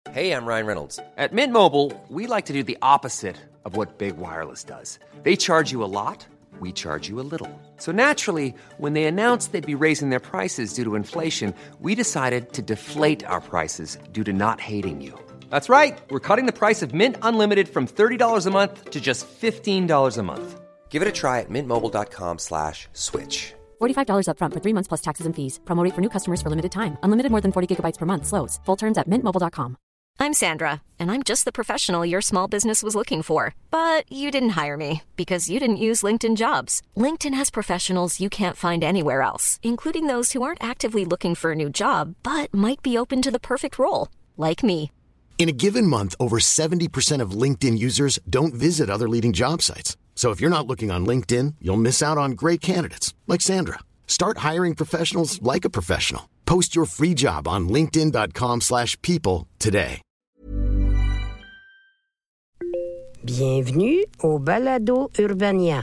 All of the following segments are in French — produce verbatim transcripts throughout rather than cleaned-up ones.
Hey, I'm Ryan Reynolds. At Mint Mobile, we like to do the opposite of what Big Wireless does. They charge you a lot, we charge you a little. So naturally, when they announced they'd be raising their prices due to inflation, we decided to deflate our prices due to not hating you. That's right. We're cutting the price of Mint Unlimited from thirty dollars a month to just fifteen dollars a month. Give it a try at mintmobile.com slash switch. forty-five dollars up front for three months plus taxes and fees. Promo rate for new customers for limited time. Unlimited more than forty gigabytes per month slows. Full terms at mint mobile dot com. I'm Sandra, and I'm just the professional your small business was looking for. But you didn't hire me because you didn't use LinkedIn Jobs. LinkedIn has professionals you can't find anywhere else, including those who aren't actively looking for a new job, but might be open to the perfect role, like me. In a given month, over seventy percent of LinkedIn users don't visit other leading job sites. So if you're not looking on LinkedIn, you'll miss out on great candidates like Sandra. Start hiring professionals like a professional. Post your free job on linkedin.com slash people today. Bienvenue au Balado Urbania.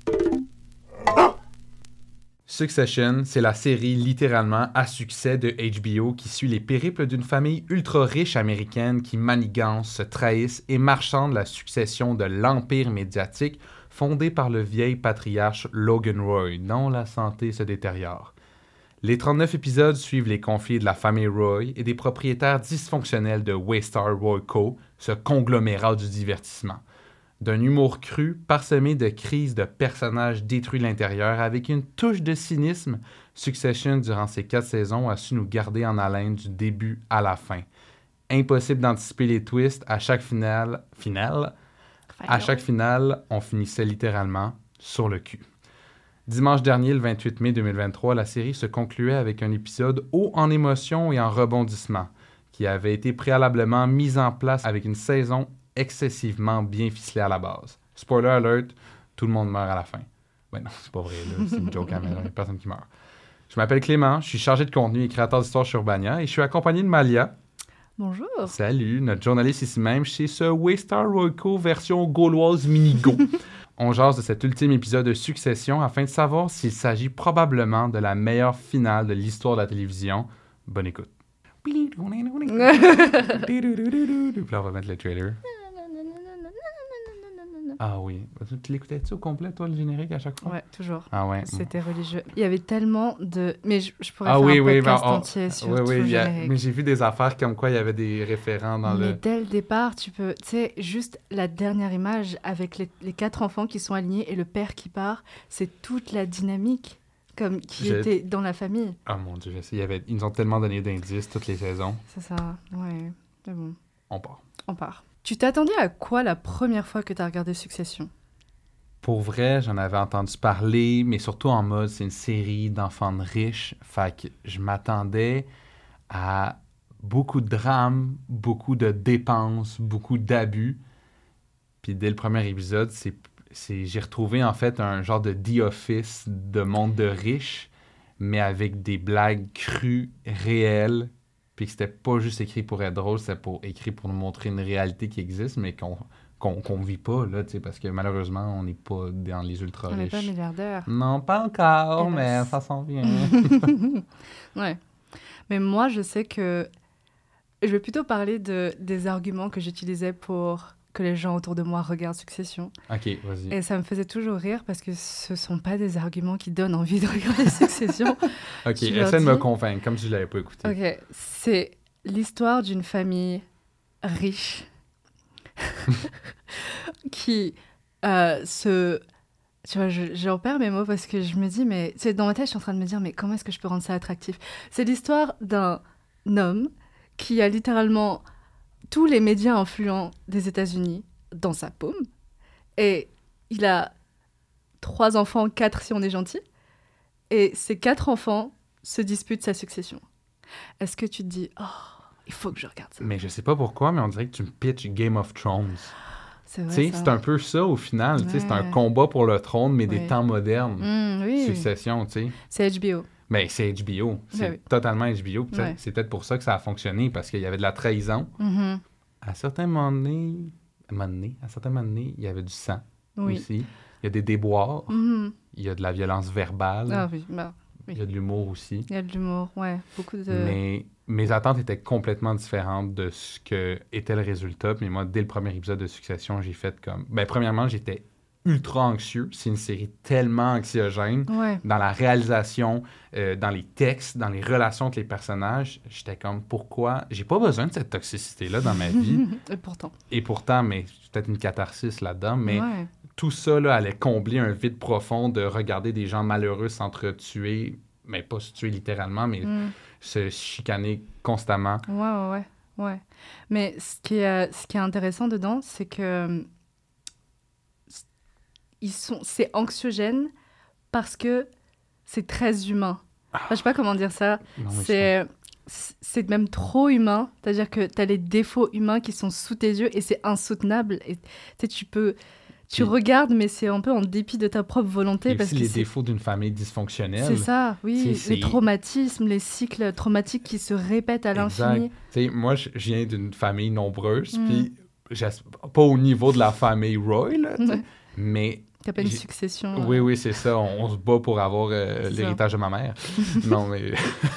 Succession, c'est la série littéralement à succès de H B O qui suit les périples d'une famille ultra riche américaine qui manigance, se trahissent et marchande la succession de l'empire médiatique fondé par le vieil patriarche Logan Roy, dont la santé se détériore. Les trente-neuf épisodes suivent les conflits de la famille Roy et des propriétaires dysfonctionnels de Waystar Roy Co., ce conglomérat du divertissement. D'un humour cru, parsemé de crises de personnages détruits de l'intérieur, avec une touche de cynisme, Succession, durant ses quatre saisons, a su nous garder en haleine du début à la fin. Impossible d'anticiper les twists à chaque finale. finale à chaque finale, on finissait littéralement sur le cul. Dimanche dernier, le vingt-huit mai deux mille vingt-trois, la série se concluait avec un épisode haut en émotion et en rebondissement, qui avait été préalablement mis en place avec une saison excessivement bien ficelée à la base. Spoiler alert, tout le monde meurt à la fin. Ben non, c'est pas vrai, là, c'est une joke caméra, il n'y a personne qui meurt. Je m'appelle Clément, je suis chargé de contenu et créateur d'histoires sur Urbania, et je suis accompagné de Malia. Bonjour. Salut, notre journaliste ici même chez ce Waystar Roy Co version gauloise mini-go. On jase de cet ultime épisode de Succession afin de savoir s'il s'agit probablement de la meilleure finale de l'histoire de la télévision. Bonne écoute. Puis là, on va mettre le trailer. Ah oui. Tu l'écoutais-tu au complet, toi, le générique, à chaque fois? Ouais, toujours. Ah ouais. C'était religieux. Il y avait tellement de... Mais je, je pourrais ah faire oui, un oui, podcast ben, oh, entier sur oui, tout oui, le a... générique. Mais j'ai vu des affaires comme quoi il y avait des référents dans mais le... Mais dès le départ, tu peux... Tu sais, juste la dernière image avec les, les quatre enfants qui sont alignés et le père qui part, c'est toute la dynamique comme qui J'ai... était dans la famille. Ah mon Dieu, je sais. Il y avait... Ils nous ont tellement donné d'indices toutes les saisons. C'est ça, ouais. Mais bon. On part. On part. Tu t'attendais à quoi la première fois que tu as regardé Succession? Pour vrai, j'en avais entendu parler, mais surtout en mode, c'est une série d'enfants de riches. Fait que je m'attendais à beaucoup de drames, beaucoup de dépenses, beaucoup d'abus. Puis dès le premier épisode, c'est, c'est, j'ai retrouvé en fait un genre de The Office de monde de riches, mais avec des blagues crues, réelles. Puis que c'était pas juste écrit pour être drôle, c'était pour, écrit pour nous montrer une réalité qui existe, mais qu'on... qu'on ne vit pas, là, tu sais, parce que malheureusement, on n'est pas dans les ultra-riches. On n'est pas milliardaires. Non, pas encore, Hélas. Mais ça s'en vient. Ouais. Mais moi, je sais que... Je vais plutôt parler de, des arguments que j'utilisais pour que les gens autour de moi regardent Succession. OK, vas-y. Et ça me faisait toujours rire parce que ce ne sont pas des arguments qui donnent envie de regarder Succession. OK, essaie de me convaincre, comme si je ne l'avais pas écouté. OK, c'est l'histoire d'une famille riche qui euh, se... Tu vois, je, j'en perds mes mots parce que je me dis, mais... Tu sais, dans ma tête, je suis en train de me dire, mais comment est-ce que je peux rendre ça attractif? C'est l'histoire d'un homme qui a littéralement tous les médias influents des États-Unis dans sa paume. Et il a trois enfants, quatre si on est gentil. Et ces quatre enfants se disputent sa succession. Est-ce que tu te dis, oh, il faut que je regarde ça? Mais je sais pas pourquoi, mais on dirait que tu me pitches Game of Thrones. C'est vrai, t'sais, c'est un peu ça au final. Ouais. C'est un combat pour le trône, mais ouais. des temps modernes. Mmh, oui. Succession, tu sais. C'est H B O. Ben, c'est H B O. C'est ouais, totalement H B O. Ouais. C'est peut-être pour ça que ça a fonctionné, parce qu'il y avait de la trahison. Mm-hmm. À certains moments donnés, à, moment donné, à certains moments donnés, il y avait du sang oui. aussi. Il y a des déboires. Mm-hmm. Il y a de la violence verbale. Ah oui, bah. il y a de l'humour aussi. Il y a de l'humour, ouais. Beaucoup de... Mais mes attentes étaient complètement différentes de ce que était le résultat. Mais moi, dès le premier épisode de Succession, j'ai fait comme... Ben, premièrement, j'étais ultra anxieux. C'est une série tellement anxiogène. Ouais. Dans la réalisation, euh, dans les textes, dans les relations entre les personnages, j'étais comme, pourquoi? J'ai pas besoin de cette toxicité-là dans ma vie. Et pourtant. Et pourtant, mais c'est peut-être une catharsis là-dedans, mais Ouais. tout ça là, allait combler un vide profond de regarder des gens malheureux s'entretuer, mais pas se tuer littéralement, mais Mm. se chicaner constamment. Ouais, ouais, ouais, ouais. Mais ce qui est, ce qui est intéressant dedans, c'est que euh, ils sont, c'est anxiogène parce que c'est très humain. Enfin, je sais pas comment dire ça. Non, mais C'est, c'est même trop humain. C'est-à-dire que tu as les défauts humains qui sont sous tes yeux et c'est insoutenable. Et tu sais, tu peux... Tu Puis- regardes, mais c'est un peu en dépit de ta propre volonté. Et parce aussi que les c'est- défauts d'une famille dysfonctionnelle. C'est ça, oui. C'est- Les c'est- traumatismes, les cycles traumatiques qui se répètent à l'infini. Exact. Tu sais, moi, je je viens d'une famille nombreuse, Mm. puis j'as- pas au niveau de la famille Roy, là, tu sais, Ouais. mais... T'as pas une J'ai- succession. Oui, euh, oui, c'est ça. On, on se bat pour avoir euh, C'est ça. l'héritage de ma mère. Non, mais...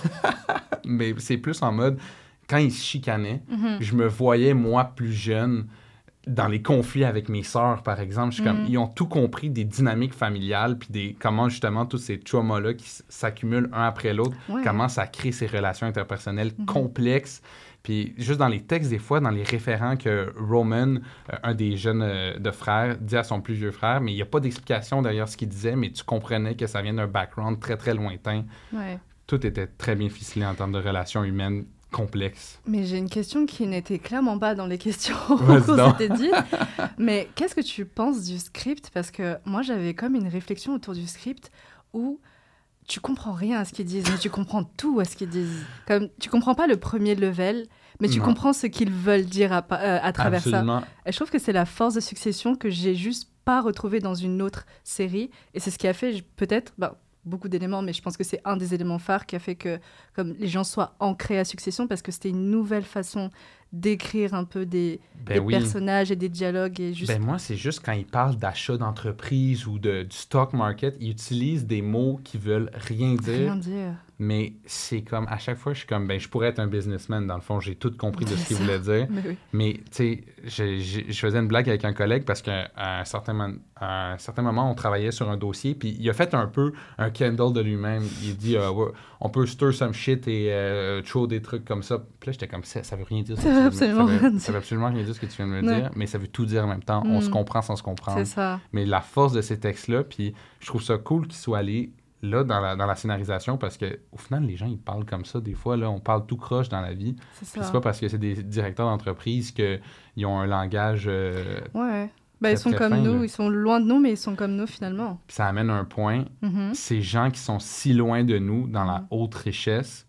mais c'est plus en mode, quand ils se chicanaient, mhm. je me voyais, moi, plus jeune, dans les conflits avec mes sœurs, par exemple. Je suis comme, Mhm. ils ont tout compris des dynamiques familiales, puis des, comment, justement, tous ces traumas-là qui s- s'accumulent un après l'autre, Ouais. comment ça crée ces relations interpersonnelles Mhm. complexes. Puis juste dans les textes, des fois, dans les référents que Roman, euh, un des jeunes euh, de frères, dit à son plus vieux frère, mais il n'y a pas d'explication derrière ce qu'il disait, mais tu comprenais que ça vient d'un background très, très lointain. Ouais. Tout était très bien ficelé en termes de relations humaines complexes. Mais j'ai une question qui n'était clairement pas dans les questions Vas-y qu'on donc. s'était dites. Mais qu'est-ce que tu penses du script? Parce que moi, j'avais comme une réflexion autour du script où tu comprends rien à ce qu'ils disent, mais tu comprends tout à ce qu'ils disent. Comme tu comprends pas le premier level, mais tu Non. comprends ce qu'ils veulent dire à, pa- euh, à travers Absolument. ça. Et je trouve que c'est la force de Succession que j'ai juste pas retrouvée dans une autre série. Et c'est ce qui a fait, je- peut-être, ben, beaucoup d'éléments, mais je pense que c'est un des éléments phares qui a fait que comme les gens soient ancrés à Succession, parce que c'était une nouvelle façon d'écrire un peu des, Ben des oui. personnages et des dialogues. Et juste... Ben moi, c'est juste quand ils parlent d'achat d'entreprise ou de, du stock market, ils utilisent des mots qui veulent rien dire. Rien dire. Mais c'est comme, à chaque fois, je suis comme, ben je pourrais être un businessman. Dans le fond, j'ai tout compris de ce C'est qu'il ça. voulait dire. Mais oui. Mais, tu sais, je, je- je faisais une blague avec un collègue parce qu'à un certain, mon- à un certain moment, on travaillait sur un dossier, puis il a fait un peu un Kendall de lui-même. Il dit, euh, Ouais, on peut stir some shit et euh, throw des trucs comme ça. Puis là, j'étais comme, ça, ça veut rien dire. ce Ça que veut tu viens de me- absolument ça veut- rien dire. Ça veut absolument rien dire ce que tu viens de me Ouais. dire, mais ça veut tout dire en même temps. On Mm. se comprend sans se comprendre. C'est ça. Mais la force de ces textes-là, puis je trouve ça cool qu'ils soient allés là dans la, dans la scénarisation parce que au final, les gens, ils parlent comme ça. Des fois, là, on parle tout croche dans la vie. C'est Puis ça. c'est pas parce que c'est des directeurs d'entreprise qu'ils ont un langage... euh, Ouais. Bah, Très, ils sont très comme fin, nous, là. ils sont loin de nous, mais ils sont comme nous finalement. Puis ça amène un point. Mhm. Ces gens qui sont si loin de nous, dans la Mhm. haute richesse,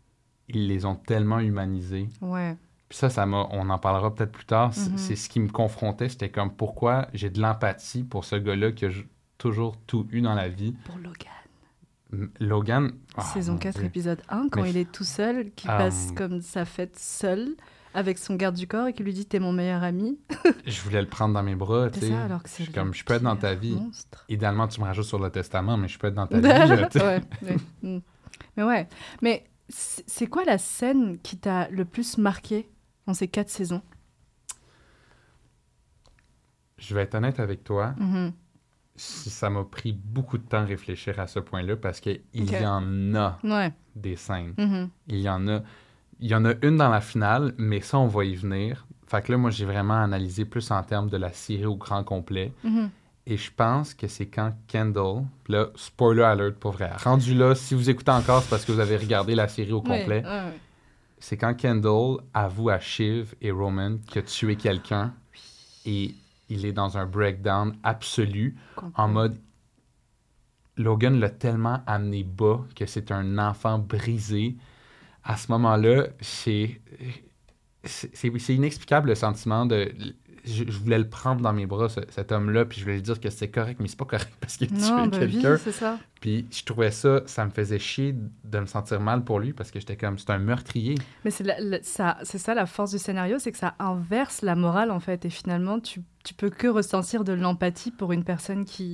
ils les ont tellement humanisés. Ouais. Puis ça, ça m'a, on en parlera peut-être plus tard. C'est- Mhm. C'est ce qui me confrontait. C'était comme pourquoi j'ai de l'empathie pour ce gars-là qui a j- toujours tout eu dans la vie. Pour Logan. M- Logan. ah, Saison mon quatre, Dieu. épisode un, quand Mais- il est tout seul, qui Ah, passe hum. comme sa fête seul, avec son garde du corps, et qui lui dit « T'es mon meilleur ami Je voulais le prendre dans mes bras. ». tu C'est sais. ça, alors que Je c'est suis le comme, je peux être dans ta pire vie. monstre. Idéalement, tu me rajoutes sur le testament, mais je peux être dans ta vie. là, tu sais. Ouais, ouais. Mm. Mais ouais. Mais c- c'est quoi la scène qui t'a le plus marqué dans ces quatre saisons? Je vais être honnête avec toi. Mhm. Si ça m'a pris beaucoup de temps à réfléchir à ce point-là parce qu'il Ok. y en a Ouais. des scènes. Mhm. Il y en a. Il y en a une dans la finale, mais ça, on va y venir. Fait que là, moi, j'ai vraiment analysé plus en termes de la série au grand complet. Mhm. Et je pense que c'est quand Kendall, puis là, spoiler alert pour vrai. Rendu là, si vous écoutez encore, c'est parce que vous avez regardé la série au Ouais, complet. ouais, ouais. C'est quand Kendall avoue à Shiv et Roman qu'il a tué quelqu'un et il est dans un breakdown absolu en mode Logan l'a tellement amené bas que c'est un enfant brisé. À ce moment-là, c'est c'est c'est inexplicable le sentiment de je, je voulais le prendre dans mes bras ce- cet homme-là puis je voulais lui dire que c'était correct mais c'est pas correct parce qu'il a Non, tué bah oui, quelqu'un. c'est ça. Puis je trouvais ça, ça me faisait chier de me sentir mal pour lui parce que j'étais comme, c'est un meurtrier. Mais c'est la- la- ça, c'est ça la force du scénario, c'est que ça inverse la morale en fait. Et finalement, tu, tu peux que ressentir de l'empathie pour une personne qui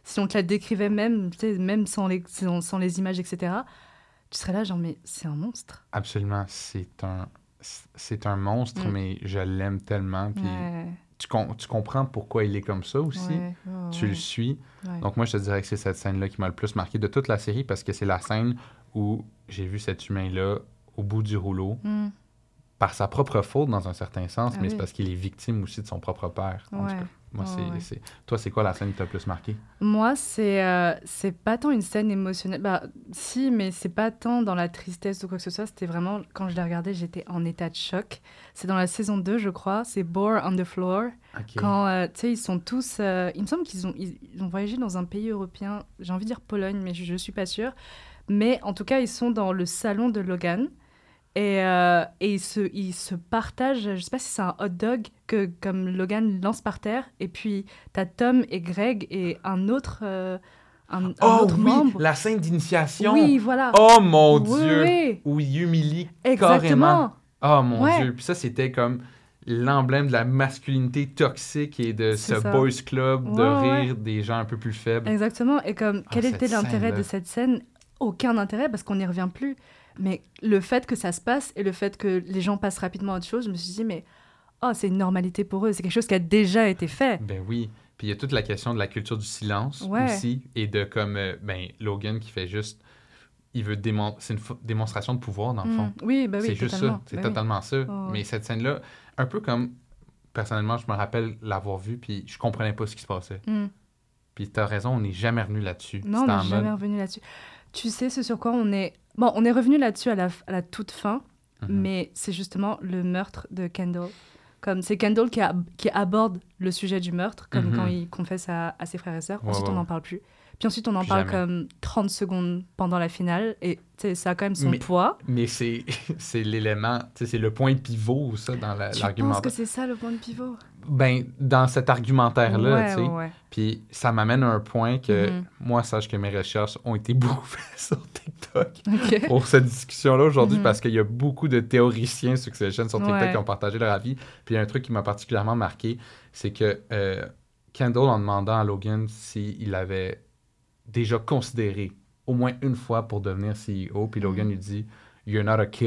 si on te la décrivait même, tu sais, même sans les, sans, sans les images, et cetera, tu serais là genre, mais c'est un monstre. Absolument, c'est un, c'est un monstre, mm. mais je l'aime tellement, puis ouais. tu, com- tu comprends pourquoi il est comme ça aussi, ouais. Oh, tu ouais. le suis. Ouais. Donc moi, je te dirais que c'est cette scène-là qui m'a le plus marqué de toute la série, parce que c'est la scène où j'ai vu cet humain-là au bout du rouleau, mm. par sa propre faute dans un certain sens, ah, mais oui. c'est parce qu'il est victime aussi de son propre père. En ouais. tout cas. Moi, oh, c'est, ouais. c'est... Toi, c'est quoi la scène qui t'a le plus marqué? Moi, c'est, euh, c'est pas tant une scène émotionnelle. Bah, si, mais c'est pas tant dans la tristesse ou quoi que ce soit. C'était vraiment, quand je l'ai regardé, j'étais en état de choc. C'est dans la saison deux, je crois. C'est Bore on the Floor. Okay. Quand, euh, tu sais, ils sont tous... Euh, il me semble qu'ils ont, ils, ils ont voyagé dans un pays européen. J'ai envie de dire Pologne, mais je, je suis pas sûre. Mais en tout cas, ils sont dans le salon de Logan. Et, euh, et ils, se, ils se partagent, je sais pas si c'est un hot dog que comme Logan lance par terre, et puis t'as Tom et Greg et un autre, euh, un, un oh, autre oui, membre. La scène d'initiation. Oui, voilà. Oh mon oui, Dieu. Oui. Où il humilie Exactement. carrément. Oh mon ouais. Dieu. Puis ça, c'était comme l'emblème de la masculinité toxique et de c'est ce ça. boys club de ouais, rire ouais. des gens un peu plus faibles. Exactement. Et comme, quel oh, était l'intérêt scène-là. de cette scène? Aucun intérêt, parce qu'on n'y revient plus. Mais le fait que ça se passe et le fait que les gens passent rapidement à autre chose, je me suis dit, mais oh, c'est une normalité pour eux. C'est quelque chose qui a déjà été fait. Ben oui. Puis il y a toute la question de la culture du silence ouais. aussi. Et de comme, euh, ben, Logan qui fait juste... Il veut démon... C'est une f... démonstration de pouvoir, dans le fond. Mmh. Oui, ben oui, c'est juste totalement. ça. C'est ben totalement oui. ça. Oh, mais oui. cette scène-là, un peu comme... Personnellement, je me rappelle l'avoir vue, puis je comprenais pas ce qui se passait. Mmh. Puis t'as raison, on n'est jamais revenu là-dessus. Non, C'était on n'est jamais mode... revenu là-dessus. Tu sais ce sur quoi on est... Bon, on est revenu là-dessus à la, à la toute fin, mm-hmm. mais c'est justement le meurtre de Kendall. Comme c'est Kendall qui, a, qui aborde le sujet du meurtre, comme mm-hmm. quand il confesse à, à ses frères et sœurs. Ouais, ensuite, ouais. on n'en parle plus. Puis ensuite, on en plus parle jamais. comme trente secondes pendant la finale. Et ça a quand même son mais, poids. Mais c'est, c'est l'élément, c'est le point pivot, ça, dans la, tu l'argumentaire. Tu penses que c'est ça, le point de pivot? Ben, dans cet argumentaire-là, ouais, tu sais. Ouais, ouais. Puis ça m'amène à un point que, mm-hmm. moi, sache que mes recherches ont été beaucoup faites sur TikTok okay. pour cette discussion-là aujourd'hui, mm-hmm. parce qu'il y a beaucoup de théoriciens Succession sur TikTok ouais. qui ont partagé leur avis. Puis il y a un truc qui m'a particulièrement marqué, c'est que euh, Kendall, en demandant à Logan s'il avait déjà considéré au moins une fois pour devenir C E O, puis Logan mm-hmm. lui dit « You're not a killer ».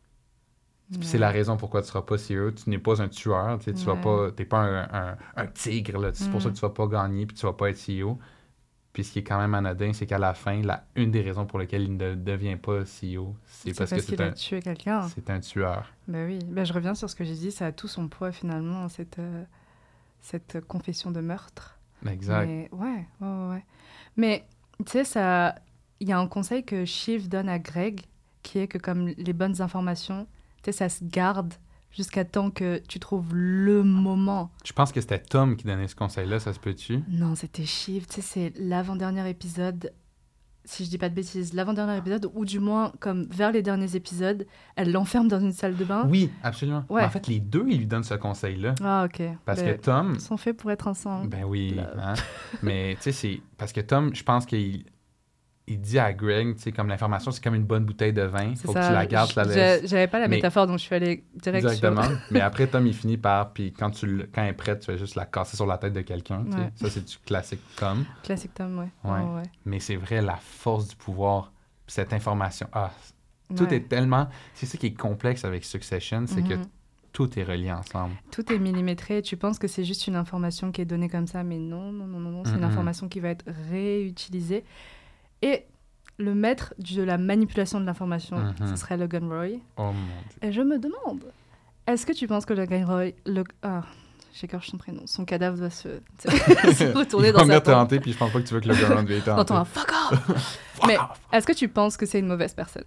Puis c'est la raison pourquoi tu ne seras pas C E O. Tu n'es pas un tueur. Tu n'es pas, t'es pas un, un, un tigre. Là. C'est mm. pour ça que tu ne vas pas gagner puis tu ne vas pas être C E O. Puis ce qui est quand même anodin, c'est qu'à la fin, la, une des raisons pour lesquelles il ne devient pas C E O, c'est, c'est parce, parce que c'est qu'il un, a tué quelqu'un. C'est un tueur. Ben oui. Ben, je reviens sur ce que j'ai dit. Ça a tout son poids finalement, cette, euh, cette confession de meurtre. Exact. Mais, ouais, ouais, ouais. Mais tu sais, ça... il y a un conseil que Shiv donne à Greg qui est que comme les bonnes informations... Tu sais, ça se garde jusqu'à temps que tu trouves le moment. Je pense que c'était Tom qui donnait ce conseil-là, ça se peut-tu? Non, c'était Shiv. Tu sais, c'est l'avant-dernier épisode, si je dis pas de bêtises, l'avant-dernier épisode, ou du moins, comme vers les derniers épisodes, elle l'enferme dans une salle de bain. Oui, absolument. Ouais. En fait, les deux, ils lui donnent ce conseil-là. Ah, OK. Parce ben, que Tom... Ils sont faits pour être ensemble. Ben oui, hein? Mais tu sais, c'est... Parce que Tom, je pense qu'il... Il dit à Greg, tu sais, comme l'information, c'est comme une bonne bouteille de vin. Il faut ça. que tu la gardes, la laisses. J'avais pas la mais, métaphore, donc je suis allée direct exactement. sur... Mais après, Tom, il finit par... Puis quand, tu, quand elle est prête, tu vas juste la casser sur la tête de quelqu'un. Tu sais. Ouais. Ça, c'est du classique Tom. Classique Tom, ouais. Ouais. Oh, ouais. Mais c'est vrai, la force du pouvoir, cette information... Ah, tout ouais. est tellement... C'est ça qui est complexe avec Succession, c'est mm-hmm. que tout est relié ensemble. Tout est millimétré. Tu penses que c'est juste une information qui est donnée comme ça, mais non, non, non, non, non. C'est mm-hmm. une information qui va être réutilisée. Et... le maître de la manipulation de l'information, mm-hmm. ce serait Logan Roy. Oh mon Dieu. Et je me demande, est-ce que tu penses que Logan Roy... Le, ah, j'écorche son prénom. Son cadavre doit se, se retourner dans sa tombe. Il va puis je pense pas que tu veux que Logan Roy vienne t'hanter. T'entends un « fuck off ». Mais est-ce que tu penses que c'est une mauvaise personne?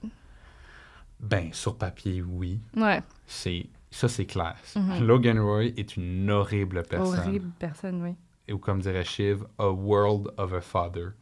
Ben, sur papier, oui. Ouais. C'est, ça, c'est clair. Mm-hmm. Logan Roy est une horrible personne. Horrible personne, oui. Et ou comme dirait Shiv, a world of a father.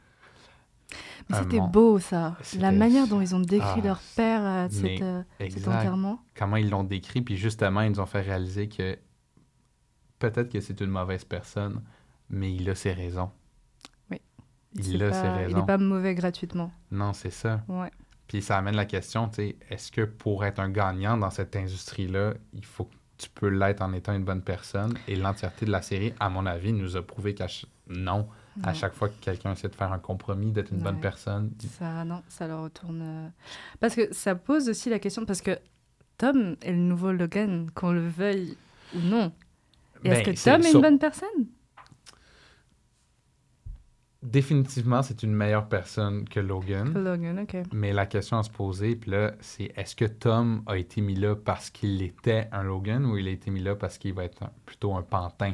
Mais un c'était mon... beau, ça. C'était... La manière dont ils ont décrit ah, leur père à cet, euh, cet enterrement. Comment ils l'ont décrit, puis justement, ils nous ont fait réaliser que peut-être que c'est une mauvaise personne, mais il a ses raisons. Oui. Il c'est a pas... ses raisons. Il n'est pas mauvais gratuitement. Non, c'est ça. Ouais. Puis ça amène la question, tu sais, est-ce que pour être un gagnant dans cette industrie-là, il faut que tu peux l'être en étant une bonne personne? Et l'entièreté de la série, à mon avis, nous a prouvé que non. À chaque fois que quelqu'un essaie de faire un compromis, d'être une Ouais. bonne personne. Ça, non, ça leur retourne... euh, Parce que ça pose aussi la question, parce que Tom est le nouveau Logan, qu'on le veuille ou non. Et est-ce Ben, que c'est Tom est ça. une bonne personne? Définitivement, c'est une meilleure personne que Que Logan. Logan, OK. Mais la question à se poser, puis là, c'est est-ce que Tom a été mis là parce qu'il était un Logan ou il a été mis là parce qu'il va être un- plutôt un pantin?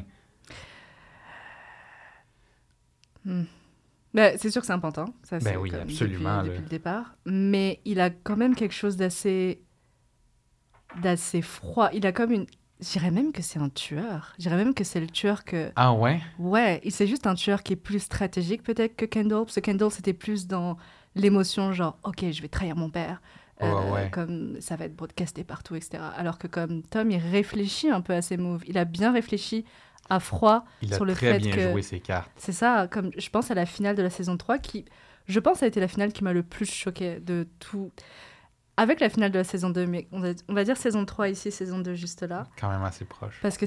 Hmm. Ben, c'est sûr que c'est un pantin. Ça, Ben c'est oui, comme absolument, Depuis, là. depuis le départ. Mais il a quand même quelque chose d'assez... d'assez froid. Il a comme une... Je dirais même que c'est un tueur. Je dirais même que c'est le tueur que... Ah ouais? Ouais, il c'est juste un tueur qui est plus stratégique peut-être que Kendall. Parce que Kendall, c'était plus dans l'émotion, genre, OK, je vais trahir mon père. Ouais, ouais. Comme ça va être broadcasté partout, et cetera. Alors que comme Tom, il réfléchit un peu à ses moves. Il a bien réfléchi à froid Il a sur le très fait bien que... joué ses cartes. C'est ça, comme je pense à la finale de la saison trois, qui, je pense, a été la finale qui m'a le plus choquée de tout. Avec la finale de la saison deux, mais on va, on va dire saison trois ici, saison deux juste là. Quand même assez proche. Parce que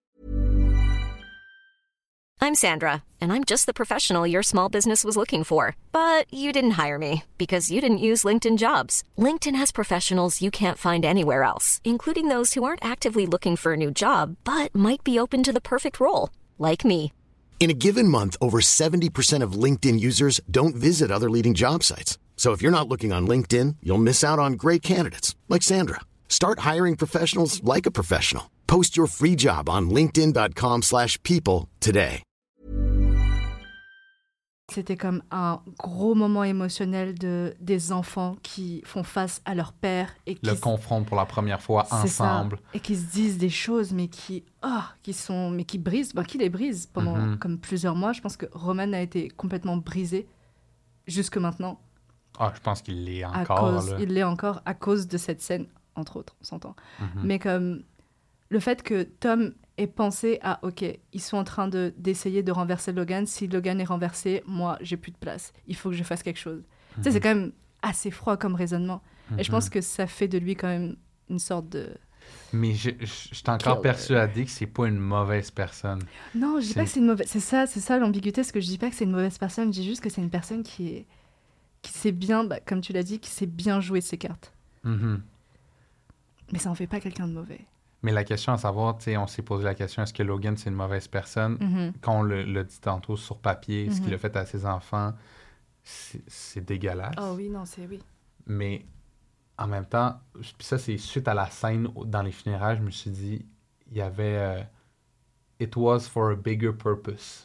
I'm Sandra, and I'm just the professional your small business was looking for. But you didn't hire me because you didn't use LinkedIn Jobs. LinkedIn has professionals you can't find anywhere else, including those who aren't actively looking for a new job, but might be open to the perfect role, like me. In a given month, over seventy percent of LinkedIn users don't visit other leading job sites. So if you're not looking on LinkedIn, you'll miss out on great candidates like Sandra. Start hiring professionals like a professional. Post your free job on linkedin.com slash people today. c'était comme un gros moment émotionnel de, des enfants qui font face à leur père. Et qui Le s- confrontent pour la première fois c'est ça. ensemble. Et qui se disent des choses, mais qui, oh, qui, sont, mais qui brisent, ben, qui les brisent pendant Mhm. comme plusieurs mois. Je pense que Roman a été complètement brisé jusque maintenant. Ah, je pense qu'il l'est à encore. cause, là. il l'est encore à cause de cette scène, entre autres, on s'entend. Mhm. Mais comme le fait que Tom ait pensé à, OK, ils sont en train de, d'essayer de renverser Logan. Si Logan est renversé, moi, j'ai plus de place. Il faut que je fasse quelque chose. Tu sais, c'est quand même assez froid comme raisonnement. Et je pense que ça fait de lui quand même une sorte de... Mais je, je, je suis encore Kill. persuadé que c'est pas une mauvaise personne. Non, je dis C'est- pas que c'est une mauvaise... C'est ça, c'est ça l'ambiguïté, c'est que je dis pas que c'est une mauvaise personne, je dis juste que c'est une personne qui est... qui sait bien, bah, comme tu l'as dit, qui sait bien jouer ses cartes. Mhm. Mais ça en fait pas quelqu'un de mauvais. Mais la question à savoir, tu sais, on s'est posé la question, est-ce que Logan, c'est une mauvaise personne? Mhm. Quand on le, le dit tantôt sur papier, ce Mhm. qu'il a fait à ses enfants, c'est, c'est dégueulasse. Oh oui, non, c'est oui. Mais en même temps, puis ça, c'est suite à la scène dans les funérailles, je me suis dit, il y avait euh, It was for a bigger purpose.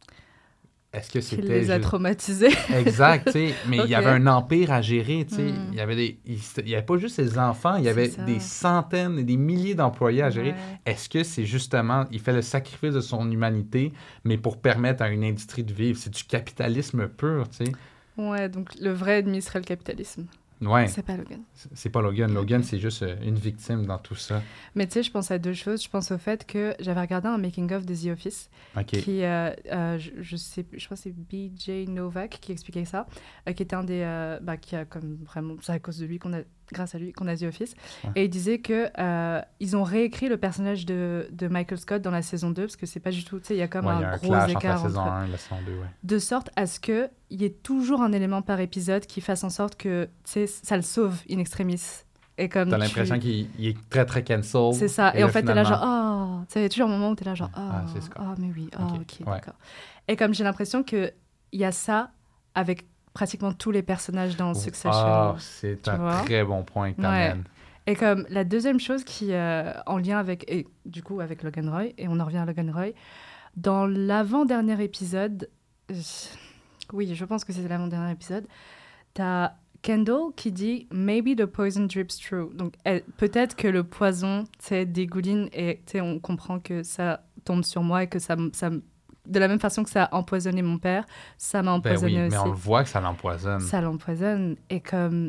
Est-ce que Qui c'était les a juste- traumatisés. Exact, tu sais, mais il y Ok. avait un empire à gérer, tu sais. Mm. Il y avait des, il, il y avait pas juste ses enfants, il y C'est avait ça. des centaines et des milliers d'employés à gérer. Ouais. Est-ce que c'est justement, il fait le sacrifice de son humanité, mais pour permettre à une industrie de vivre? C'est du capitalisme pur, tu sais. Ouais, donc le vrai ennemi serait le capitalisme. Ouais, C'est pas Logan. c'est- c'est pas Logan. Logan, c'est juste euh, une victime dans tout ça. Mais tu sais, je pense à deux choses. Je pense au fait que j'avais regardé un making-of de The Office OK. qui, euh, euh, je, je sais plus, je pense que c'est B J Novak qui expliquait ça, euh, qui était un des, euh, bah, qui a comme vraiment, c'est à cause de lui qu'on a, grâce à lui qu'on a The Office, Ouais. et il disait que euh, ils ont réécrit le personnage de, de Michael Scott dans la saison deux parce que c'est pas du tout, tu sais, il y a comme Ouais, un il y a un gros clash entre la écart saison entre, un et la saison deux, ouais. de sorte à ce que il y ait toujours un élément par épisode qui fasse en sorte que, tu sais, ça le sauve in extremis. Et comme T'as tu- l'impression qu'il il est très, très cancel. C'est ça. Et, en là, fait, t'es là finalement- genre, oh, tu sais, il y a toujours un moment où t'es là genre, oh, Ah, c'est Scott. oh, mais oui, oh, Ok, ok, ouais. d'accord. Et comme j'ai l'impression qu'il y a ça avec pratiquement tous les personnages dans Succession. Ah, c'est tu un vois? très bon point que Ouais. t'amènes. Et comme la deuxième chose qui est en lien avec, et du coup, avec Logan Roy, et on en revient à Logan Roy, dans l'avant-dernier épisode, euh, oui, je pense que c'est l'avant-dernier épisode, t'as Kendall qui dit « Maybe the poison drips through ». Donc, elle- peut-être que le poison, tu sais, dégouline et, tu sais, on comprend que ça tombe sur moi et que ça, m- ça m- de la même façon que ça a empoisonné mon père, ça m'a Ben oui, empoisonné mais aussi. on le voit que ça l'empoisonne. Ça l'empoisonne. Et comme...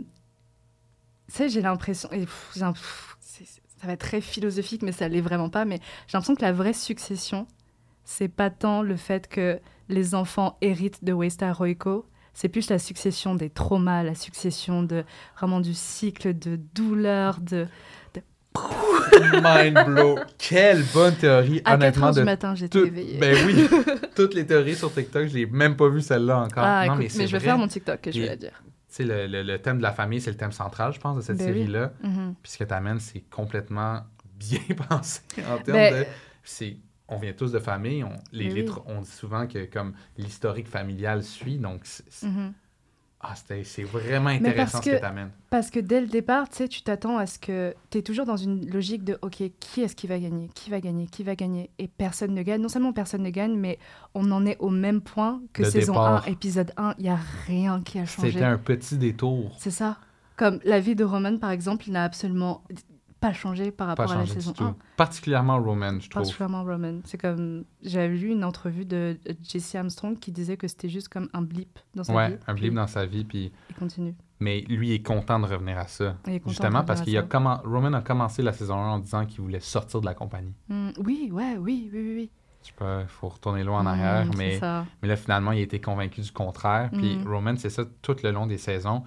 Tu sais, j'ai l'impression... et pff, j'ai un- pff, c'est- c'est- ça va être très philosophique, mais ça l'est vraiment pas. Mais j'ai l'impression que la vraie succession, c'est pas tant le fait que les enfants héritent de Waystar Royco, c'est plus la succession des traumas, la succession de vraiment du cycle de douleur, de, de Mind blow. Quelle bonne théorie, À honnêtement. quatre heures de du matin, j'étais tout- éveillée. Ben oui, toutes les théories sur TikTok, je l'ai même pas vu celle-là encore. Ah, non, écoute, mais mais, c'est je vais vrai. faire mon TikTok et je vais Et- la dire. Tu sais, le, le, le thème de la famille, c'est le thème central, je pense, de cette Ben oui. série-là. Mhm. Puis ce que t'amènes, c'est complètement bien pensé en termes Ben- de... C'est, on vient tous de famille. On, les, Ben les oui. tr- on dit souvent que comme l'historique familial suit, donc c'est, c'est- Mhm. ah, c'était- c'est vraiment Mais intéressant parce ce que que- t'amènes. Parce que dès le départ, tu sais, tu t'attends à ce que... Tu es toujours dans une logique de, OK, qui est-ce qui va gagner? Qui va gagner? Qui va gagner? Et personne ne gagne. Non seulement personne ne gagne, mais on en est au même point que Le saison départ. un, épisode un. Il n'y a rien qui a changé. C'était un petit détour. C'est ça. Comme la vie de Roman, par exemple, n'a absolument pas changé par Pas rapport à la changé du saison tout. un. Particulièrement Roman, je trouve. Particulièrement Roman. C'est comme... J'avais lu une entrevue de Jesse Armstrong qui disait que c'était juste comme un blip dans sa vie. Ouais, un puis blip dans sa vie, puis... Il continue. Mais lui est content de revenir à ça. Il est content de Justement revenir parce à qu'il a ça. commen- Roman a commencé la saison un en disant qu'il voulait sortir de la compagnie. Mm, oui, ouais, oui, oui, oui. oui. Je sais pas, il faut retourner loin en Mm, arrière, c'est mais, ça. mais là, finalement, il a été convaincu du contraire. Puis Mm. Roman, c'est ça tout le long des saisons.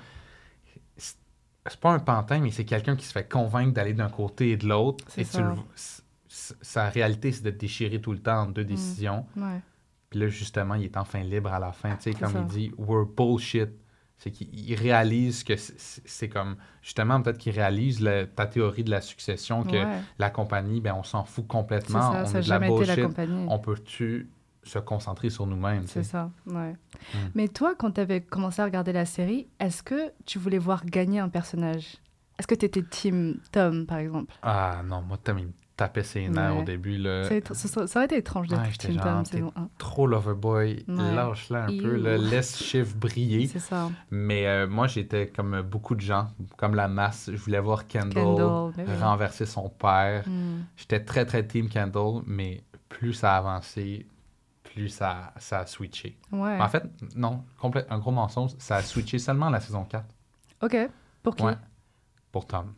C'est c'est pas un pantin, mais c'est quelqu'un qui se fait convaincre d'aller d'un côté et de l'autre. C'est Et tu ça. le- c- c- sa réalité, c'est de te déchirer tout le temps entre deux Mm. décisions. Ouais. Puis là, justement, il est enfin libre à la fin. Tu sais, C'est comme ça. il dit, we're bullshit. C'est qu'il il réalise que c'est- c'est c'est comme... Justement, peut-être qu'il réalise le- ta théorie de la succession, que Ouais. la compagnie, ben on s'en fout C'est complètement. ça, on ça est n'a de la jamais été la bullshit. compagnie. On peut-tu se concentrer sur nous-mêmes? tu C'est sais? ça, ouais. Mm. Mais toi, quand tu avais commencé à regarder la série, est-ce que tu voulais voir gagner un personnage? Est-ce que tu étais team Tom, par exemple? Ah non, moi, Tom, il me tapait ses nerfs Ouais. au début. Là. Ça, a été- ça- ça aurait été étrange d'être Ouais, j'étais team Tom, genre, saison un. Trop Loverboy, Ouais. lâche-la un Ew. peu, là, laisse Shiv briller. C'est ça. Mais euh, moi, j'étais comme beaucoup de gens, comme la masse. Je voulais voir Kendall, Kendall, mais oui. renverser son père. Mm. J'étais très, très team Kendall, mais plus ça a avancé, plus ça, ça a switché. Ouais. En fait, non, complète, un gros mensonge, ça a switché seulement à la saison quatre. OK. Pour qui? Ouais, pour Tom.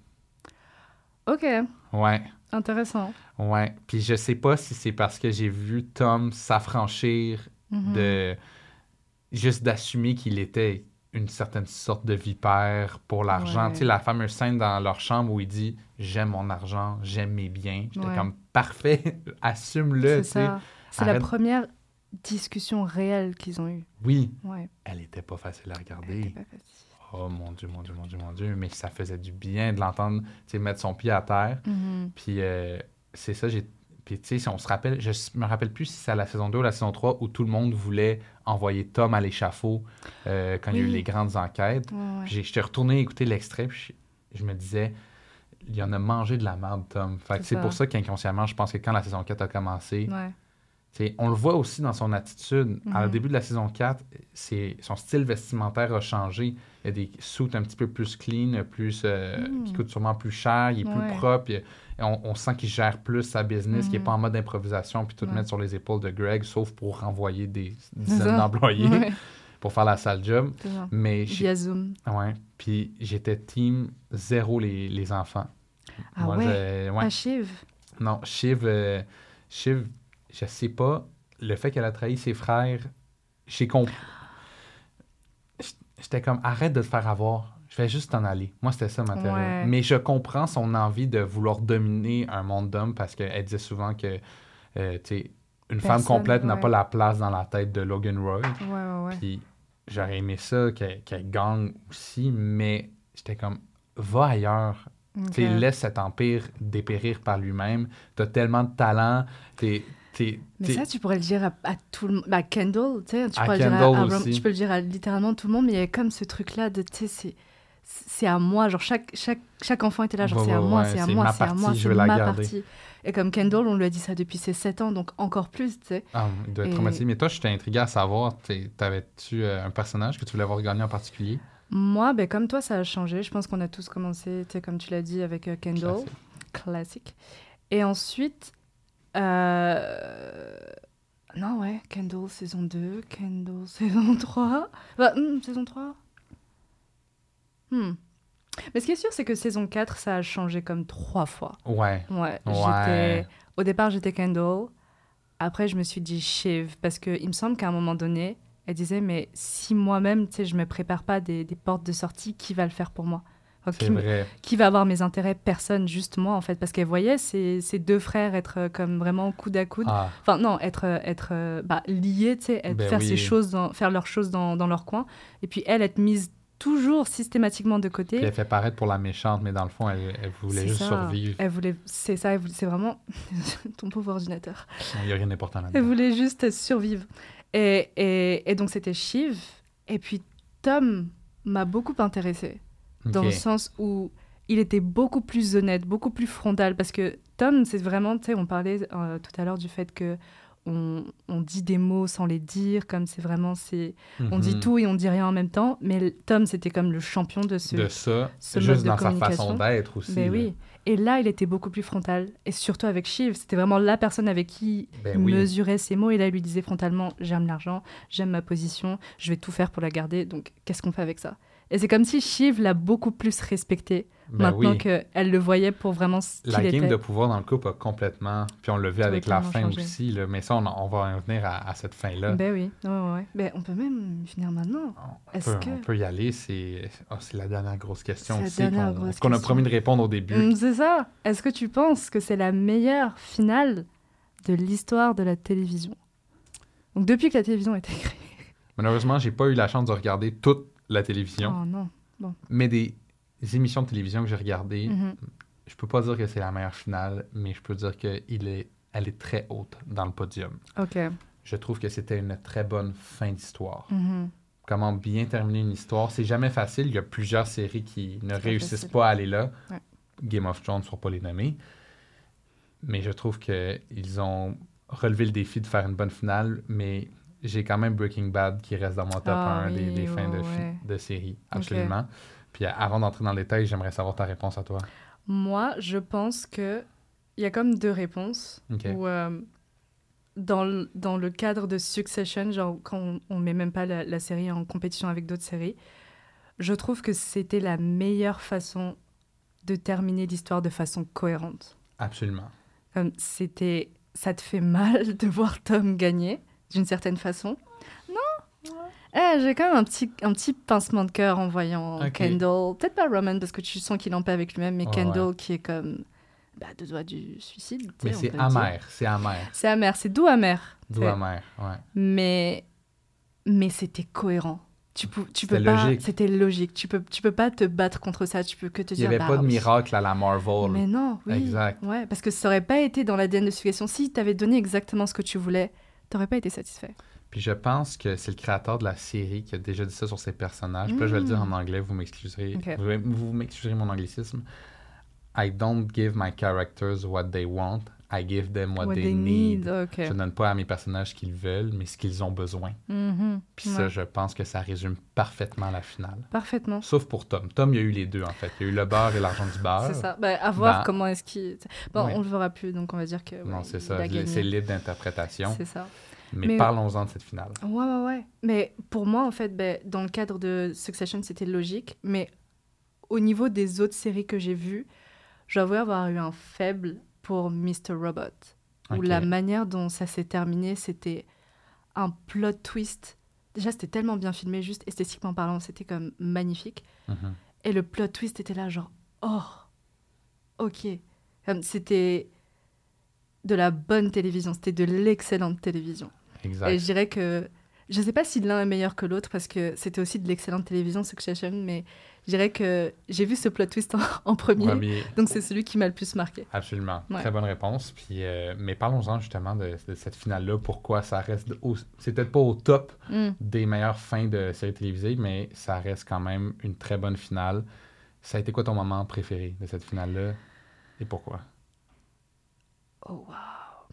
OK. Ouais, Intéressant. ouais. Puis je sais pas si c'est parce que j'ai vu Tom s'affranchir Mhm. de... Juste d'assumer qu'il était une certaine sorte de vipère pour l'argent. Ouais. Tu sais, la fameuse scène dans leur chambre où il dit « J'aime mon argent, j'aime mes biens. » J'étais Ouais. comme « Parfait, assume-le. » C'est tu sais. ça. C'est la Arrête- première discussion réelle qu'ils ont eue. Oui, Ouais. elle était pas facile à C'était regarder. pas facile. Oh mon Dieu, mon Dieu, mon Dieu, mon Dieu. Mais ça faisait du bien de l'entendre, tu sais, mettre son pied à terre. Mhm. Puis euh, c'est ça, j'ai... Puis tu sais, si on se rappelle, je me rappelle plus si c'est à la saison deux ou la saison trois où tout le monde voulait envoyer Tom à l'échafaud euh, quand il y a eu Oui. les grandes enquêtes. Ouais, ouais. Puis j'ai- j'étais retourné écouter l'extrait, puis je, je me disais, il y en a mangé de la merde, Tom. Fait que C'est c'est ça. pour ça qu'inconsciemment, je pense que quand la saison quatre a commencé, Ouais. tu sais, on le voit aussi dans son attitude. Au Mhm. début de la saison quatre, c'est, son style vestimentaire a changé. Il y a des suits un petit peu plus clean, plus, euh, Mhm. qui coûtent sûrement plus cher, il est Ouais. plus propre. il- on, on sent qu'il gère plus sa business, qu'il n'est Mhm. pas en mode improvisation puis tout Ouais. mettre sur les épaules de Greg, sauf pour renvoyer des dizaines ça. d'employés Ouais. pour faire la sale job. C'est ça. Mais j'ai- Via Zoom. ouais, puis j'étais team zéro les, les enfants. Ah Moi, ouais? j'ai- ouais. Ah, Shiv. Non, Shiv, euh, Shiv, je sais pas, le fait qu'elle a trahi ses frères, j'ai compris. J'étais comme, arrête de te faire avoir, je vais juste t'en aller. Moi, c'était ça ma théorie. Ouais. Mais je comprends son envie de vouloir dominer un monde d'hommes parce qu'elle disait souvent que, euh, tu sais, une femme Personne, complète n'a ouais. pas la place dans la tête de Logan Roy. Ouais, ouais, ouais. Puis j'aurais aimé ça, qu'elle qu'elle gagne aussi, mais j'étais comme, va ailleurs. Ok. Tu sais, laisse cet empire dépérir par lui-même. T'as tellement de talent. T'es, t'es, Mais t'es- ça, tu pourrais le dire à, à tout le monde. Bah, Kendall, tu sais, tu À pourrais le dire à- Kendall à Rom- aussi. tu peux le dire à littéralement tout le monde, mais il y a comme ce truc-là de, tu sais, c'est, c'est à moi. Genre, chaque, chaque, chaque enfant était là, genre, Ouais, c'est à ouais, moi, ouais, c'est à c'est moi, ma c'est à moi, partie, je c'est vais la ma garder. partie. Et comme Kendall, on lui a dit ça depuis ses sept ans, donc encore plus, tu sais. Ah, il doit être Et- traumatisé. Mais toi, je t'ai intrigué à savoir, t'es- t'avais-tu euh, un personnage que tu voulais voir gagner en particulier? Moi, ben, comme toi, ça a changé. Je pense qu'on a tous commencé, tu sais, comme tu l'as dit, avec euh, Kendall. Classique. Classique. Et ensuite, euh... non, ouais, Kendall saison deux, Kendall saison trois. Bah, hmm, saison trois Hmm. Mais ce qui est sûr, c'est que saison quatre, ça a changé comme trois fois. Ouais. Ouais, Ouais. j'étais... Au départ, j'étais Kendall. Après, je me suis dit Shiv, parce qu'il me semble qu'à un moment donné, elle disait, mais si moi-même, tu sais, je me prépare pas des, des portes de sortie, qui va le faire pour moi? Enfin, C'est qui, vrai. qui va avoir mes intérêts? Personne, juste moi, en fait. Parce qu'elle voyait ces, ces deux frères être euh, comme vraiment coude à coude. Ah, Enfin, non, être, euh, être euh, bah, liés, tu sais, être- Ben faire, oui. ses choses dans- faire leurs choses dans, dans leur coin. Et puis elle, être mise toujours systématiquement de côté. puis elle fait paraître pour la méchante, mais dans le fond, elle, elle voulait C'est juste ça. survivre. Elle voulait, c'est ça, elle voulait- c'est vraiment ton pauvre ordinateur. Il n'y a rien d'important Elle là-dedans. voulait juste survivre. Et, et, et donc c'était Shiv. Et puis Tom m'a beaucoup intéressée. Dans Ok. le sens où il était beaucoup plus honnête, beaucoup plus frontal. Parce que Tom, c'est vraiment, tu sais, on parlait euh, tout à l'heure du fait que on, on dit des mots sans les dire, comme c'est vraiment, c'est, on dit Mhm. tout et on dit rien en même temps. Mais Tom, c'était comme le champion de ce, De ça, ce mode juste de dans sa communication. façon d'être aussi. Ben là. oui. Et là, il était beaucoup plus frontal. Et surtout avec Shiv, c'était vraiment la personne avec qui Ben il oui. mesurait ses mots. Et là, il lui disait frontalement, j'aime l'argent, j'aime ma position, je vais tout faire pour la garder. Donc, qu'est-ce qu'on fait avec ça? Et c'est comme si Shiv l'a beaucoup plus respecté Ben maintenant oui. qu'elle le voyait pour vraiment ce qu'il La game était. de pouvoir dans le couple a complètement... Puis on l'a vu avec la Totalement fin changé. aussi, là. Mais ça, on, on va en venir à, à cette fin-là. Ben oui, ouais, ouais, ouais. Ben, on peut même finir maintenant. On Est-ce peut, que- on peut y aller, c'est oh, c'est la dernière grosse question C'est la aussi dernière qu'on grosse qu'on a question. promis de répondre au début. Hum, c'est ça. Est-ce que tu penses que c'est la meilleure finale de l'histoire de la télévision? Donc, depuis que la télévision a été créée. Malheureusement, j'ai pas eu la chance de regarder toute la télévision, Oh non. mais des émissions de télévision que j'ai regardées, Mhm. je peux pas dire que c'est la meilleure finale, mais je peux dire qu'elle est, elle est très haute dans le podium. Ok. Je trouve que c'était une très bonne fin d'histoire. Mhm. Comment bien terminer une histoire, c'est jamais facile. Il y a plusieurs séries qui ne pas réussissent facile. pas à aller là. Ouais. Game of Thrones, pour pas les nommer. Mais je trouve qu'ils ont relevé le défi de faire une bonne finale, mais j'ai quand même Breaking Bad qui reste dans mon top Ah un des, oui, des fins de, ouais, fi- ouais. de série, absolument. Puis euh, avant d'entrer dans le détail, j'aimerais savoir ta réponse à toi. Moi, je pense que il y a comme deux réponses. Ok. Où, euh, dans, le, dans le cadre de Succession, genre quand on, on met même pas la, la série en compétition avec d'autres séries, je trouve que c'était la meilleure façon de terminer l'histoire de façon cohérente. Absolument. Comme c'était, ça te fait mal de voir Tom gagner d'une certaine façon. Non. Eh, j'ai quand même un petit, un petit pincement de cœur en voyant Ok. Kendall. Peut-être pas Roman parce que tu sens qu'il en paix avec lui-même, mais Ouais, Kendall ouais. qui est comme bah, deux doigts du suicide. tu sais, Mais on c'est peut le dire. amer, c'est amer. C'est amer, c'est doux amer. D'où C'est- amer, ouais. Mais, mais c'était cohérent. Tu, pou- tu peux C'était pas. logique. C'était logique. Tu peux, tu peux pas te battre contre ça. Tu peux que te Il n'y dire. avait bah, pas de oui. miracle à la Marvel. Mais non, oui. Exact. Ouais, parce que ça aurait pas été dans l'A D N de Succession. Si tu avais donné exactement ce que tu voulais, t'aurais pas été satisfait. Puis je pense que c'est le créateur de la série qui a déjà dit ça sur ses personnages. Puis là, je vais le dire en anglais, vous m'excuserez. Ok. Vous, vous m'excuserez mon anglicisme. I don't give my characters what they want. I give them what, they, need. Ok. Je ne donne pas à mes personnages ce qu'ils veulent, mais ce qu'ils ont besoin. Mhm. Puis Ouais. ça, je pense que ça résume parfaitement la finale. Parfaitement. Sauf pour Tom. Tom, il y a eu les deux, en fait. Il y a eu le beurre et l'argent du beurre. C'est ça. Bah, à voir Ben, comment est-ce qu'il. Bon, ouais. on le verra plus, donc on va dire que. Non, ouais, c'est il ça. a gagné. C'est libre d'interprétation. C'est ça. Mais, Mais- parlons-en de cette finale. Ouais, ouais, ouais. Mais pour moi, en fait, ben, dans le cadre de Succession, c'était logique. Mais au niveau des autres séries que j'ai vues, j'avoue avoir eu un faible pour mister Robot. Où Ok. la manière dont ça s'est terminé, c'était un plot twist. Déjà, c'était tellement bien filmé, juste esthétiquement parlant, c'était comme magnifique. Mhm. Et le plot twist était là, genre, oh, ok. Comme c'était de la bonne télévision, c'était de l'excellente télévision. Exact. Et je dirais que, je sais pas si l'un est meilleur que l'autre, parce que c'était aussi de l'excellente télévision, Succession, mais je dirais que j'ai vu ce plot twist en, en premier, Premier. donc c'est celui qui m'a le plus marqué. Absolument. Ouais. Très bonne réponse. Puis, euh, mais parlons-en justement de, de cette finale-là. Pourquoi ça reste... Au, c'est peut-être pas au top Mm. des meilleures fins de séries télévisées, mais ça reste quand même une très bonne finale. Ça a été quoi ton moment préféré de cette finale-là et pourquoi? Oh, wow.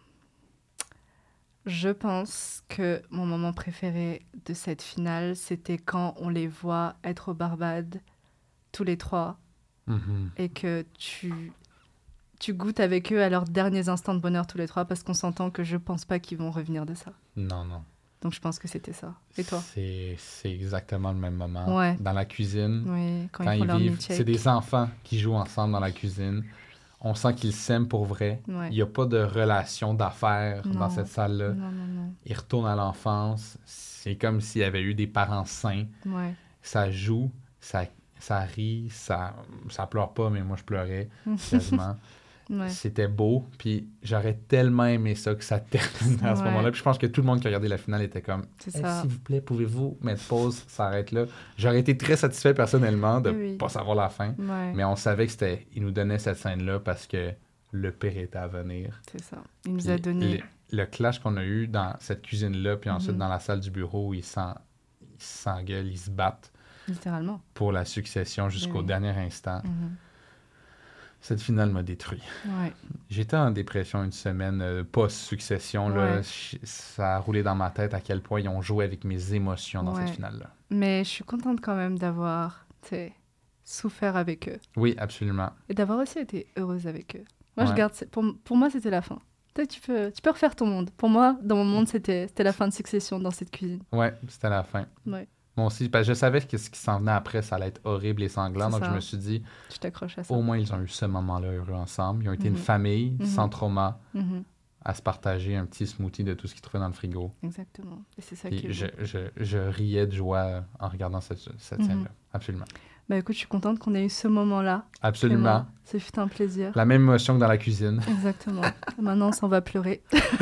Je pense que mon moment préféré de cette finale, c'était quand on les voit être au Barbade, tous les trois, Mhm. et que tu, tu goûtes avec eux à leurs derniers instants de bonheur tous les trois, parce qu'on s'entend que je pense pas qu'ils vont revenir de ça. Non, non. Donc je pense que c'était ça. Et toi? C'est, c'est exactement le même moment. Ouais. Dans la cuisine, Oui, quand, quand ils font ils leur vivent, milkshake. c'est des enfants qui jouent ensemble dans la cuisine. On sent qu'ils s'aiment pour vrai. Ouais. Il n'y a pas de relation d'affaires Non. dans cette salle-là. Non, non, non. Ils retournent à l'enfance. C'est comme s'il y avait eu des parents sains. Ouais. Ça joue. Ça, ça rit, ça, ça pleure pas, mais moi, je pleurais quasiment. Ouais. C'était beau, puis j'aurais tellement aimé ça que ça termine à ce ouais. moment-là. Puis je pense que tout le monde qui a regardé la finale était comme hey, « S'il vous plaît, pouvez-vous mettre pause, ça arrête là. » J'aurais été très satisfait personnellement de ne oui. pas savoir la fin, ouais. mais on savait que c'était... Il nous donnait cette scène-là parce que le pire était à venir. C'est ça. Il nous puis a donné... Le, le clash qu'on a eu dans cette cuisine-là, puis ensuite mm-hmm. dans la salle du bureau où ils, s'en, ils s'engueulent, ils se battent. Littéralement. Pour la succession jusqu'au oui. dernier instant. Mm-hmm. Cette finale m'a détruit. Ouais. J'étais en dépression une semaine euh, post-succession. Là, ouais. Ça a roulé dans ma tête à quel point ils ont joué avec mes émotions dans ouais. cette finale-là. Mais je suis contente quand même d'avoir souffert avec eux. Oui, absolument. Et d'avoir aussi été heureuse avec eux. Moi, ouais. je garde... Pour, pour moi, c'était la fin. Tu peux, tu peux refaire ton monde. Pour moi, dans mon monde, c'était, c'était la fin de Succession dans cette cuisine. Oui, c'était la fin. Ouais. Moi aussi, parce que je savais que ce qui s'en venait après, ça allait être horrible et sanglant. C'est donc, ça. Je me suis dit, tu t'accroches à ça. Au moins, ils ont eu ce moment-là heureux ensemble. Ils ont été mm-hmm. une famille mm-hmm. sans trauma mm-hmm. à se partager un petit smoothie de tout ce qu'ils trouvaient dans le frigo. Exactement. Et c'est ça et qui est je, beau. Je, je riais de joie en regardant cette, cette mm-hmm. scène-là. Absolument. Bah écoute, je suis contente qu'on ait eu ce moment-là. Absolument. Ça fut un plaisir. La même émotion que dans la cuisine. Exactement. Maintenant, on s'en va pleurer.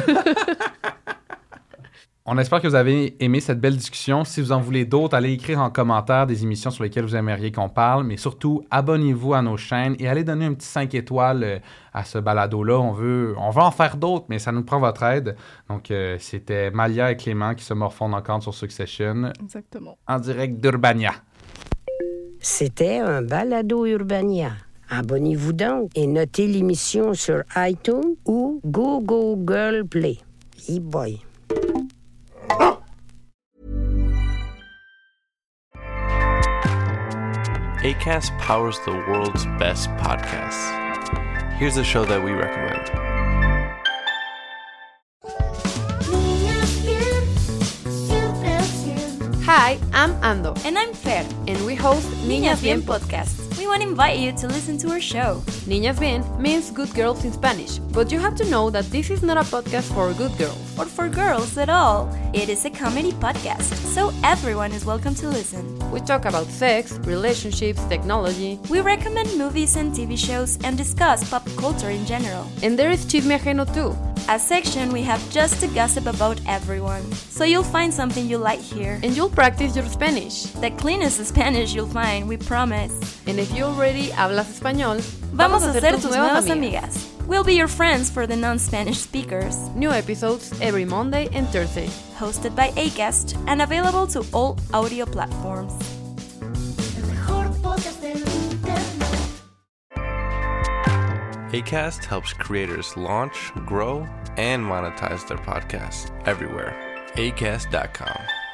On espère que vous avez aimé cette belle discussion. Si vous en voulez d'autres, allez écrire en commentaire des émissions sur lesquelles vous aimeriez qu'on parle. Mais surtout, abonnez-vous à nos chaînes et allez donner un petit cinq étoiles à ce balado-là. On veut, on veut en faire d'autres, mais ça nous prend votre aide. Donc, euh, c'était Malia et Clément qui se morfondent encore sur Succession. Exactement. En direct d'Urbania. C'était un balado Urbania. Abonnez-vous donc et notez l'émission sur iTunes ou Google Play. Hey boy. Acast powers the world's best podcasts. Here's a show that we recommend. Hi, I'm Ando. And I'm Fer. And we host Niñas, Niñas Bien Bien Podcast. We want to invite you to listen to our show. Niñas Bien means good girls in Spanish, but you have to know that this is not a podcast for good girls. Or for girls at all. It is a comedy podcast, so everyone is welcome to listen. We talk about sex, relationships, technology. We recommend movies and T V shows and discuss pop culture in general. And there is Chisme Ajeno too. A section we have just to gossip about everyone. So you'll find something you like here. And you'll practice your Spanish. The cleanest Spanish you'll find, we promise. And if you already hablas español, vamos, vamos a ser tus nuevas amigas. amigas. We'll be your friends for the non-Spanish speakers. New episodes every Monday and Thursday. Hosted by Acast and available to all audio platforms. Acast helps creators launch, grow, and monetize their podcasts everywhere. acast dot com.